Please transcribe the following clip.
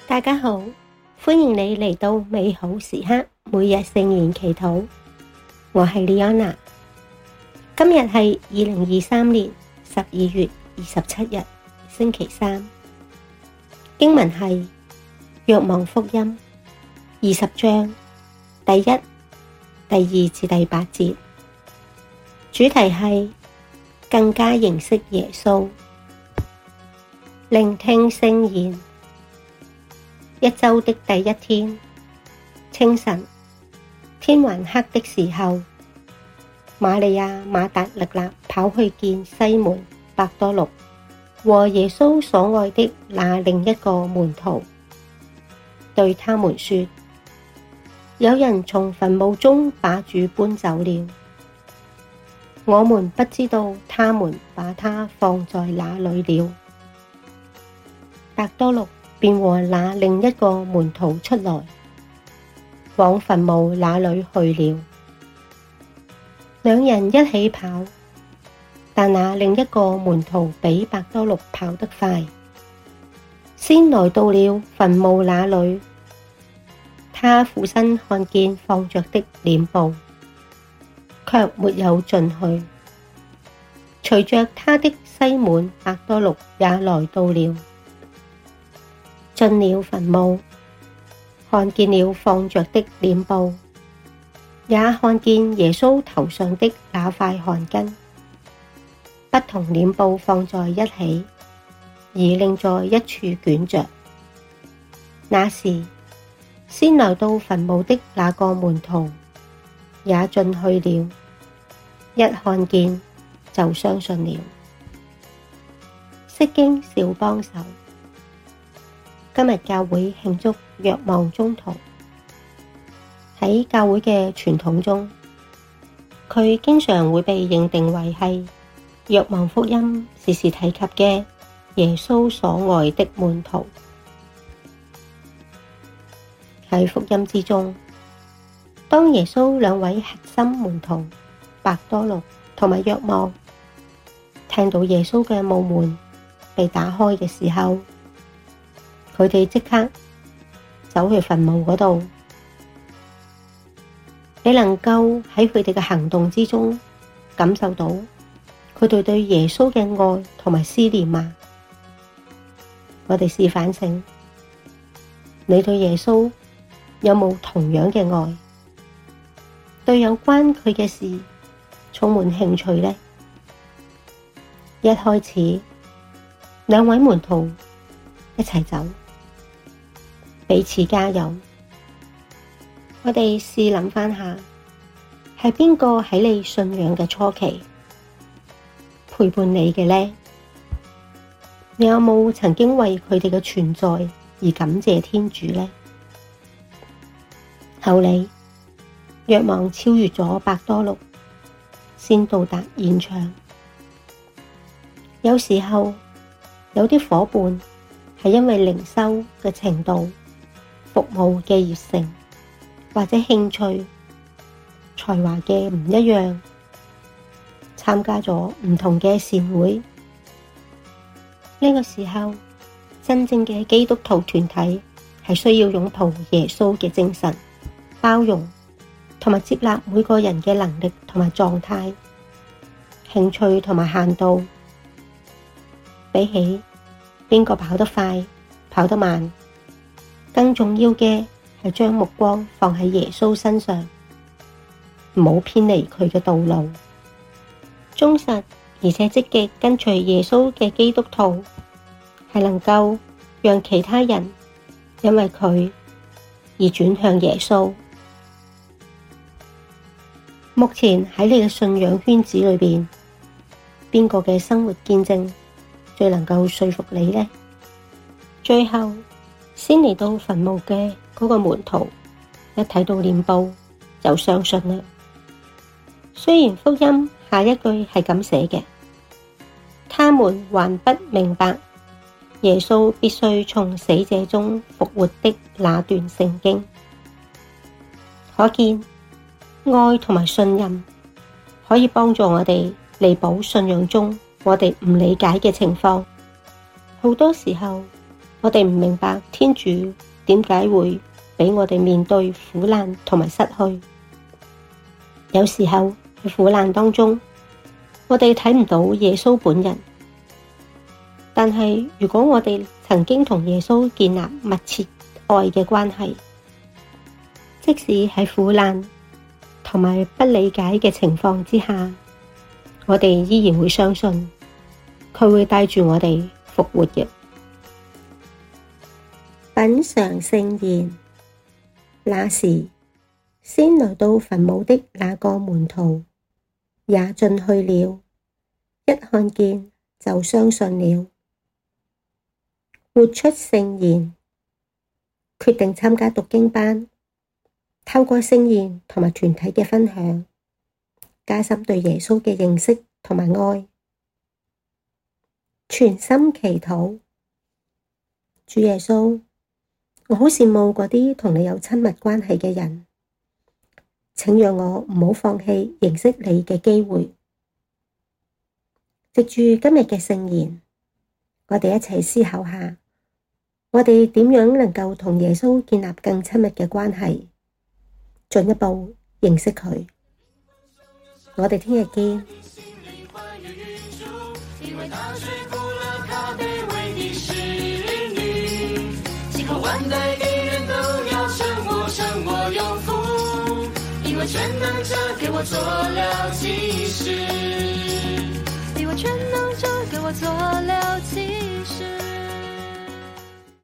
大家好，歡迎你嚟到美好時刻每日聖言祈禱。我係李安娜，今日係2023年12月27日星期三。經文係若望福音20章第1、第2至第8節，主題係更加認識耶穌。聆聽聖言。一周的第一天，清晨，天還黑的時候，瑪利亞瑪達肋納跑去見西門、伯多祿和耶穌所愛的那另一個門徒，對他們說：有人從墳墓中把主搬走了，我們不知道他們把他放在哪裏了。伯多祿便和那另一個門徒出來，往墳墓那裏去了。兩人一起跑，但那另一個門徒比伯多祿跑得快，先來到了墳墓那裏。他俯身看見放着的殮布，卻沒有進去。隨着他的西門伯多祿也來到了，進了墳墓，看見了放着的殮布，也看見耶穌頭上的那塊汗巾，不同殮布放在一起，而另在一處捲着。那時，先來到墳墓的那個門徒也進去了，一看見就相信了。釋經小幫手。今日教會慶祝若望宗徒。喺教會嘅傳統中，佢經常會被認定為係若望福音時時提及嘅耶穌所愛的門徒。喺福音之中，當耶穌兩位核心門徒伯多祿同埋若望聽到耶穌嘅墓門被打開嘅時候，佢哋即刻走去墳墓嗰度。你能夠喺佢哋嘅行動之中感受到佢哋對耶穌嘅愛同埋思念嗎？我哋試反省，你對耶穌有冇同樣嘅愛？對有關佢嘅事充滿興趣呢？一開始，兩位門徒一齊走，彼此加油。我哋試諗返下，係邊個喺你信仰嘅初期陪伴你嘅呢？你有冇曾經為佢哋嘅存在而感謝天主呢？後嚟，若望超越咗伯多祿，先到達現場。有時候，有啲夥伴係因為靈修嘅程度、服務嘅熱誠或者興趣、才華嘅唔一樣，參加咗唔同嘅善會。呢個時候，真正嘅基督徒團體係需要擁抱耶穌嘅精神，包容同埋接納每個人嘅能力同埋狀態、興趣同埋限度。比起邊個跑得快、跑得慢，更重要嘅係將目光放喺耶穌身上，唔好偏離佢嘅道路。忠實而且積極跟隨耶穌嘅基督徒，係能夠讓其他人因為佢而轉向耶穌。目前喺你嘅信仰圈子裏邊，邊個嘅生活見證最能夠說服你呢？最後，先嚟到墳墓嘅嗰個門徒，一睇到殮布就相信啦。雖然福音下一句係咁寫嘅，他們還不明白耶穌必須從死者中復活的那段聖經。可見愛同埋信任可以幫助我哋彌補信仰中我哋唔理解嘅情況。好多時候， 我哋唔明白天主點解會俾我哋面對苦難同埋失去。有時候喺苦難當中，我哋睇唔到耶穌本人，但係如果我哋曾經同耶穌建立密切愛嘅關係，即使喺苦難同埋不理解嘅情況之下，我哋依然會相信佢會帶住我哋復活嘅。品嚐聖言。那時，先來到墳墓的那個門徒也進去了，一看見就相信了。活出聖言。決定參加讀經班，透過聖言同埋團體嘅分享，加深對耶穌嘅認識同埋愛。全心祈禱。主耶穌，我好羨慕嗰啲同你有親密關係嘅人，請讓我唔好放棄認識你嘅機會。藉住今日嘅聖言，我哋一齊思考下，我哋點樣能夠同耶穌建立更親密嘅關係，進一步認識佢。我哋聽日見。全能者給我做了啟示，因為全能者給我做了啟示。